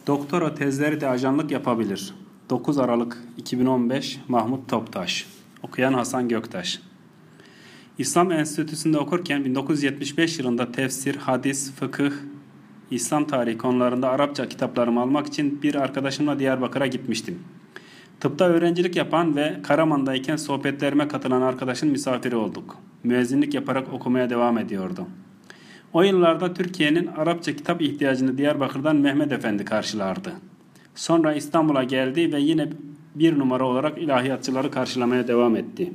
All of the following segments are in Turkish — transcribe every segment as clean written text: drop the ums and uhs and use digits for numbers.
Doktora tezleri de ajanlık yapabilir. 9 Aralık 2015 Mahmut Toptaş. Okuyan Hasan Göktaş. İslam Enstitüsü'nde okurken 1975 yılında tefsir, hadis, fıkıh, İslam tarihi konularında Arapça kitaplarımı almak için bir arkadaşımla Diyarbakır'a gitmiştim. Tıpta öğrencilik yapan ve Karaman'dayken sohbetlerime katılan arkadaşın misafiri olduk. Müezzinlik yaparak okumaya devam ediyordu. O yıllarda Türkiye'nin Arapça kitap ihtiyacını Diyarbakır'dan Mehmet Efendi karşılardı. Sonra İstanbul'a geldi ve yine bir numara olarak ilahiyatçıları karşılamaya devam etti.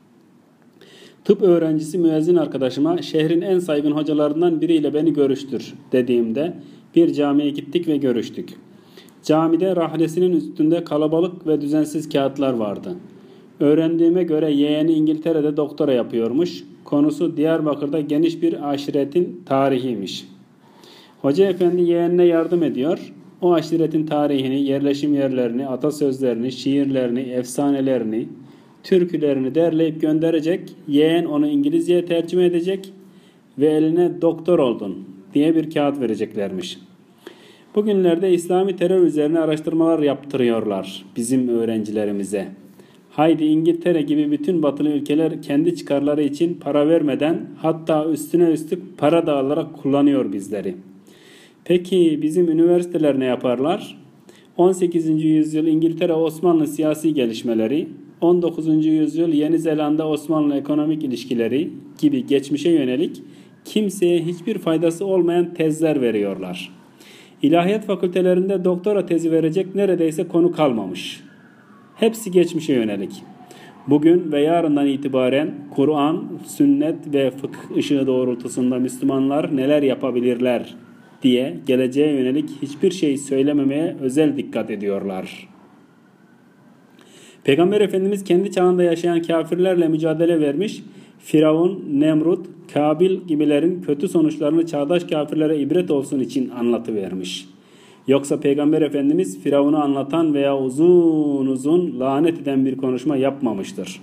Tıp öğrencisi müezzin arkadaşıma şehrin en saygın hocalarından biriyle beni görüştür dediğimde bir camiye gittik ve görüştük. Camide rahlesinin üstünde kalabalık ve düzensiz kağıtlar vardı. Öğrendiğime göre yeğeni İngiltere'de doktora yapıyormuş. Konusu Diyarbakır'da geniş bir aşiretin tarihiymiş. Hoca efendi yeğenine yardım ediyor. O aşiretin tarihini, yerleşim yerlerini, atasözlerini, şiirlerini, efsanelerini, türkülerini derleyip gönderecek. Yeğen onu İngilizceye tercüme edecek ve eline doktor oldun diye bir kağıt vereceklermiş. Bugünlerde İslami terör üzerine araştırmalar yaptırıyorlar bizim öğrencilerimize. Haydi İngiltere gibi bütün batılı ülkeler kendi çıkarları için para vermeden, hatta üstüne üstlük para da alarak kullanıyor bizleri. Peki bizim üniversiteler ne yaparlar? 18. yüzyıl İngiltere-Osmanlı siyasi gelişmeleri, 19. yüzyıl Yeni Zelanda-Osmanlı ekonomik ilişkileri gibi geçmişe yönelik kimseye hiçbir faydası olmayan tezler veriyorlar. İlahiyat fakültelerinde doktora tezi verecek neredeyse konu kalmamış. Hepsi geçmişe yönelik. Bugün ve yarından itibaren Kur'an, sünnet ve fıkıh ışığı doğrultusunda Müslümanlar neler yapabilirler diye geleceğe yönelik hiçbir şey söylememeye özel dikkat ediyorlar. Peygamber Efendimiz kendi çağında yaşayan kafirlerle mücadele vermiş, Firavun, Nemrut, Kabil gibilerin kötü sonuçlarını çağdaş kafirlere ibret olsun için anlatıvermiş. Yoksa Peygamber Efendimiz Firavun'u anlatan veya uzun uzun lanet eden bir konuşma yapmamıştır.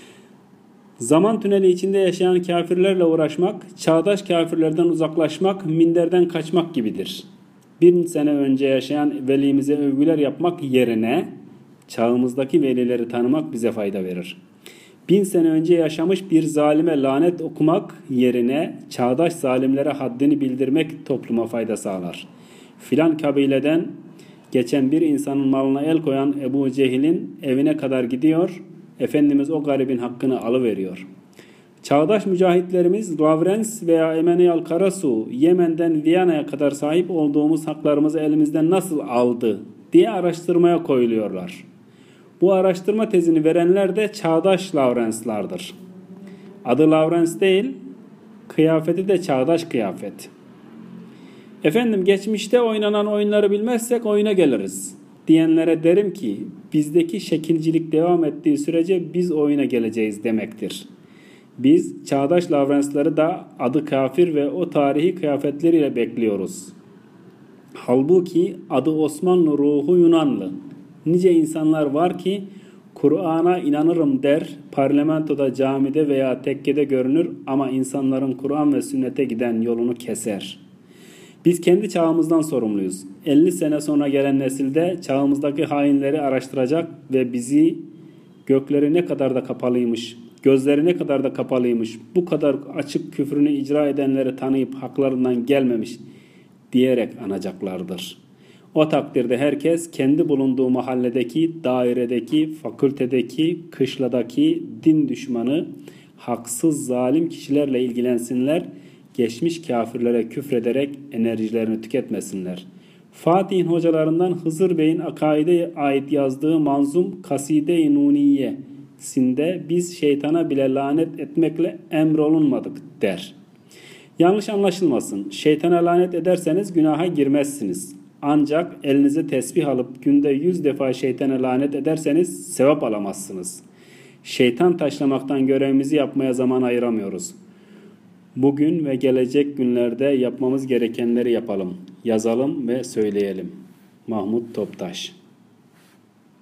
Zaman tüneli içinde yaşayan kafirlerle uğraşmak, çağdaş kafirlerden uzaklaşmak, minderden kaçmak gibidir. 1000 sene önce yaşayan velimize övgüler yapmak yerine çağımızdaki velileri tanımak bize fayda verir. 1000 sene önce yaşamış bir zalime lanet okumak yerine çağdaş zalimlere haddini bildirmek topluma fayda sağlar. Filan kabileden geçen bir insanın malına el koyan Ebu Cehil'in evine kadar gidiyor, Efendimiz o garibin hakkını alıveriyor. Çağdaş mücahitlerimiz Lavrens veya Emanuel Karasu, Yemen'den Viyana'ya kadar sahip olduğumuz haklarımızı elimizden nasıl aldı diye araştırmaya koyuluyorlar. Bu araştırma tezini verenler de çağdaş Lavrenslardır. Adı Lavrens değil, kıyafeti de çağdaş kıyafet. Efendim geçmişte oynanan oyunları bilmezsek oyuna geliriz diyenlere derim ki bizdeki şekilcilik devam ettiği sürece biz oyuna geleceğiz demektir. Biz çağdaş Lavrensları da adı kafir ve o tarihi kıyafetleriyle bekliyoruz. Halbuki adı Osmanlı, ruhu Yunanlı. Nice insanlar var ki Kur'an'a inanırım der, parlamentoda, camide veya tekkede görünür ama insanların Kur'an ve sünnete giden yolunu keser. Biz kendi çağımızdan sorumluyuz. 50 sene sonra gelen nesilde çağımızdaki hainleri araştıracak ve bizi gökleri ne kadar da kapalıymış, gözleri ne kadar da kapalıymış, bu kadar açık küfrünü icra edenleri tanıyıp haklarından gelmemiş diyerek anacaklardır. O takdirde herkes kendi bulunduğu mahalledeki, dairedeki, fakültedeki, kışladaki din düşmanı, haksız, zalim kişilerle ilgilensinler, geçmiş kafirlere küfrederek enerjilerini tüketmesinler. Fatih'in hocalarından Hızır Bey'in akaide ait yazdığı manzum Kaside-i Nuniye'sinde biz şeytana bile lanet etmekle emrolunmadık der. Yanlış anlaşılmasın. Şeytana lanet ederseniz günaha girmezsiniz. Ancak elinize tesbih alıp günde 100 defa şeytana lanet ederseniz sevap alamazsınız. Şeytan taşlamaktan görevimizi yapmaya zaman ayıramıyoruz. Bugün ve gelecek günlerde yapmamız gerekenleri yapalım, yazalım ve söyleyelim. Mahmut Toptaş.